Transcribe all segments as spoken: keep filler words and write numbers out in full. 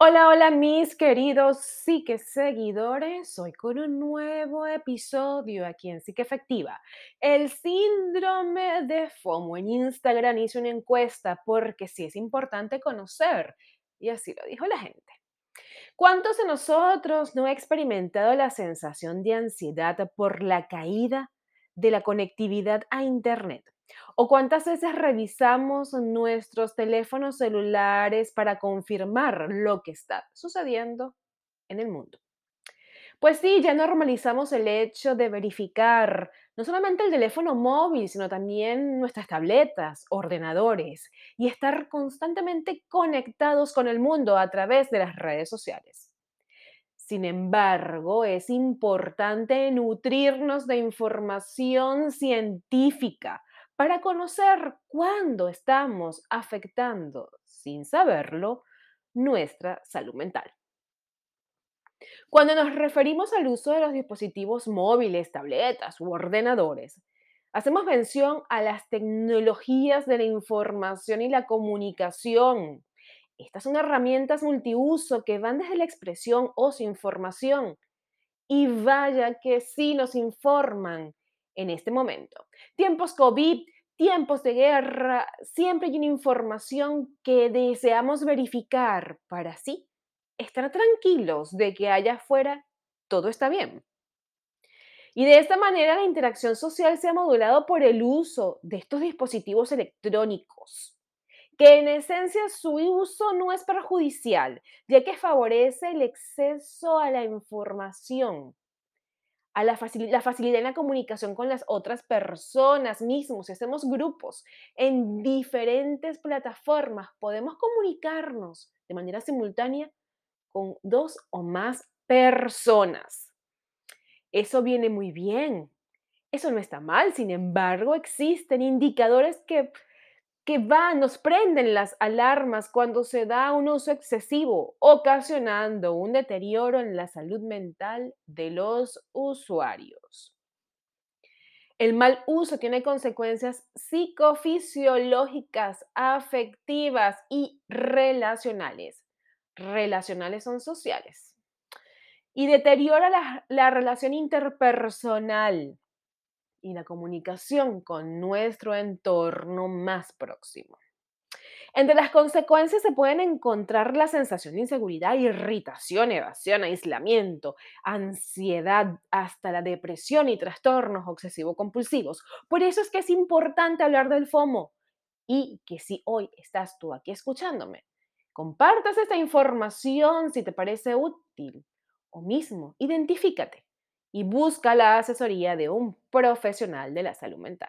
Hola, hola mis queridos psique seguidores, hoy con un nuevo episodio aquí en Psique Efectiva. El síndrome de FOMO en Instagram hizo una encuesta porque sí es importante conocer, y así lo dijo la gente. ¿Cuántos de nosotros no ha experimentado la sensación de ansiedad por la caída de la conectividad a Internet? ¿O cuántas veces revisamos nuestros teléfonos celulares para confirmar lo que está sucediendo en el mundo? Pues sí, ya normalizamos el hecho de verificar no solamente el teléfono móvil, sino también nuestras tabletas, ordenadores y estar constantemente conectados con el mundo a través de las redes sociales. Sin embargo, es importante nutrirnos de información científica para conocer cuándo estamos afectando, sin saberlo, nuestra salud mental. Cuando nos referimos al uso de los dispositivos móviles, tabletas u ordenadores, hacemos mención a las tecnologías de la información y la comunicación. Estas son herramientas multiuso que van desde la expresión o su información. Y vaya que sí nos informan en este momento. Tiempos COVID, tiempos de guerra, siempre hay una información que deseamos verificar para así estar tranquilos de que allá afuera todo está bien. Y de esta manera la interacción social se ha modulado por el uso de estos dispositivos electrónicos, que en esencia su uso no es perjudicial, ya que favorece el acceso a la información, a la, facil- la facilidad en la comunicación con las otras personas mismos. Si hacemos grupos en diferentes plataformas, podemos comunicarnos de manera simultánea con dos o más personas. Eso viene muy bien. Eso no está mal. Sin embargo, existen indicadores que que van, nos prenden las alarmas cuando se da un uso excesivo, ocasionando un deterioro en la salud mental de los usuarios. El mal uso tiene consecuencias psicofisiológicas, afectivas y relacionales. Relacionales son sociales. Y deteriora la, la relación interpersonal y la comunicación con nuestro entorno más próximo. Entre las consecuencias se pueden encontrar la sensación de inseguridad, irritación, evasión, aislamiento, ansiedad, hasta la depresión y trastornos obsesivo-compulsivos. Por eso es que es importante hablar del FOMO y que si hoy estás tú aquí escuchándome, compartas esta información si te parece útil o mismo identifícate y busca la asesoría de un profesional de la salud mental.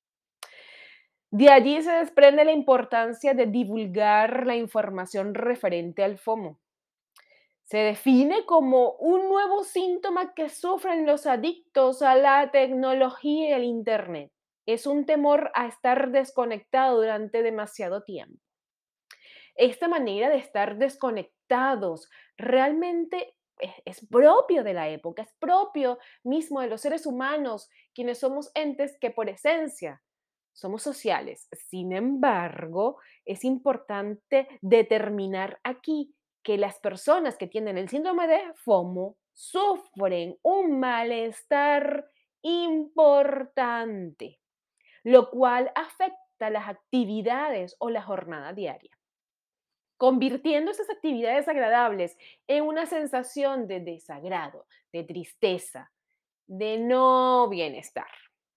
De allí se desprende la importancia de divulgar la información referente al FOMO. Se define como un nuevo síntoma que sufren los adictos a la tecnología y al Internet. Es un temor a estar desconectado durante demasiado tiempo. Esta manera de estar desconectados realmente es, es propio de la época, es propio mismo de los seres humanos, quienes somos entes que por esencia somos sociales. Sin embargo, es importante determinar aquí que las personas que tienen el síndrome de FOMO sufren un malestar importante, lo cual afecta las actividades o la jornada diaria, convirtiendo esas actividades agradables en una sensación de desagrado, de tristeza, de no bienestar.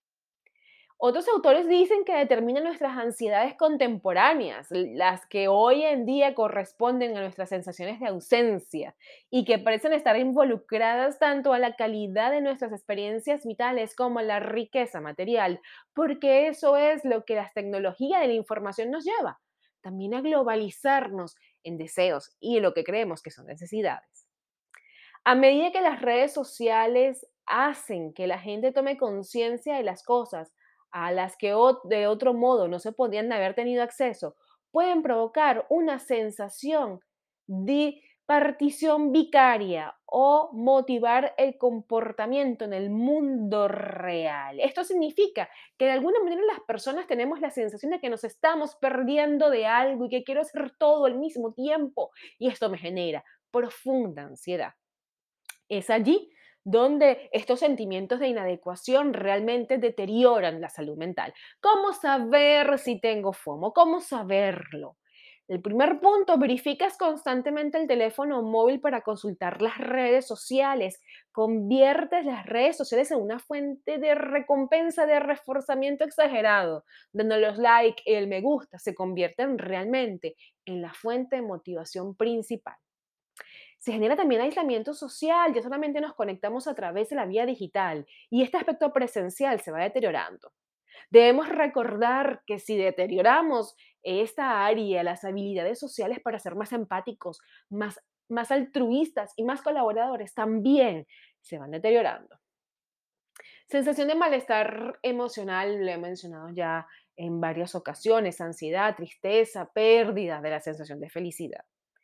Otros autores dicen que determinan nuestras ansiedades contemporáneas, las que hoy en día corresponden a nuestras sensaciones de ausencia y que parecen estar involucradas tanto a la calidad de nuestras experiencias vitales como a la riqueza material, porque eso es lo que la tecnología de la información nos lleva, también a globalizarnos en deseos y en lo que creemos que son necesidades. A medida que las redes sociales hacen que la gente tome conciencia de las cosas a las que ot- de otro modo no se podían haber tenido acceso, pueden provocar una sensación de Partición vicaria o motivar el comportamiento en el mundo real. Esto significa que de alguna manera las personas tenemos la sensación de que nos estamos perdiendo de algo y que quiero hacer todo al mismo tiempo y esto me genera profunda ansiedad. Es allí donde estos sentimientos de inadecuación realmente deterioran la salud mental. ¿Cómo saber si tengo FOMO? ¿Cómo saberlo? El primer punto, verificas constantemente el teléfono móvil para consultar las redes sociales. Conviertes las redes sociales en una fuente de recompensa, de reforzamiento exagerado, donde los likes y el me gusta se convierten realmente en la fuente de motivación principal. Se genera también aislamiento social, ya solamente nos conectamos a través de la vía digital y este aspecto presencial se va deteriorando. Debemos recordar que si deterioramos esta área, las habilidades sociales para ser más empáticos, más, más altruistas y más colaboradores, también se van deteriorando. Sensación de malestar emocional, lo he mencionado ya en varias ocasiones, ansiedad, tristeza, pérdida de la sensación de felicidad.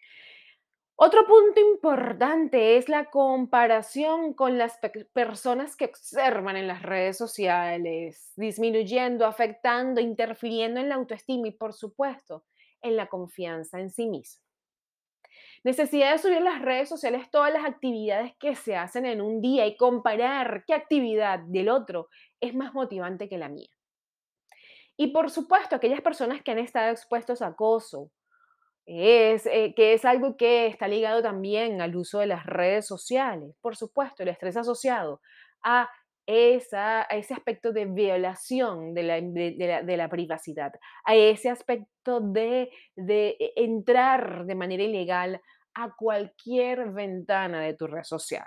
Otro punto importante es la comparación con las pe- personas que observan en las redes sociales, disminuyendo, afectando, interfiriendo en la autoestima y, por supuesto, en la confianza en sí mismo. Necesidad de subir a las redes sociales todas las actividades que se hacen en un día y comparar qué actividad del otro es más motivante que la mía. Y, por supuesto, aquellas personas que han estado expuestos a acoso, es, eh, que es algo que está ligado también al uso de las redes sociales. Por supuesto, el estrés asociado a, esa, a ese aspecto de violación de la, de- de la- de la privacidad, a ese aspecto de, de e- entrar de manera ilegal a cualquier ventana de tu red social.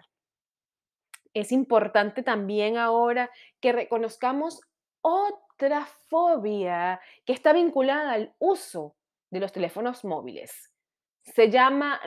Es importante también ahora que reconozcamos otra fobia que está vinculada al uso de los teléfonos móviles. Se llama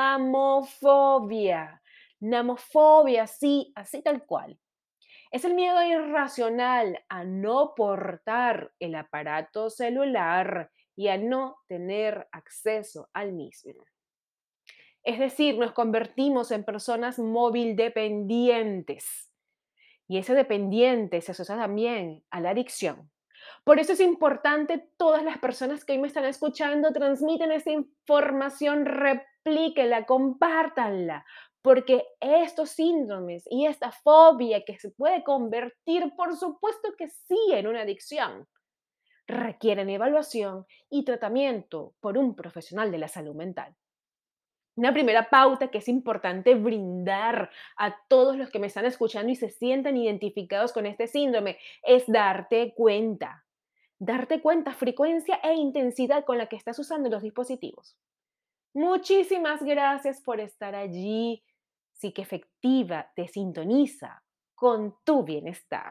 namofobia. Namofobia, sí, así tal cual. Es el miedo irracional a no portar el aparato celular y a no tener acceso al mismo. Es decir, nos convertimos en personas móvil dependientes y ese dependiente se asocia también a la adicción. Por eso es importante, todas las personas que hoy me están escuchando, transmiten esta información, replíquenla, compártanla, porque estos síndromes y esta fobia que se puede convertir, por supuesto que sí, en una adicción, requieren evaluación y tratamiento por un profesional de la salud mental. Una primera pauta que es importante brindar a todos los que me están escuchando y se sientan identificados con este síndrome es darte cuenta. Darte cuenta frecuencia e intensidad con la que estás usando los dispositivos. Muchísimas gracias por estar allí. Sí que efectiva te sintoniza con tu bienestar.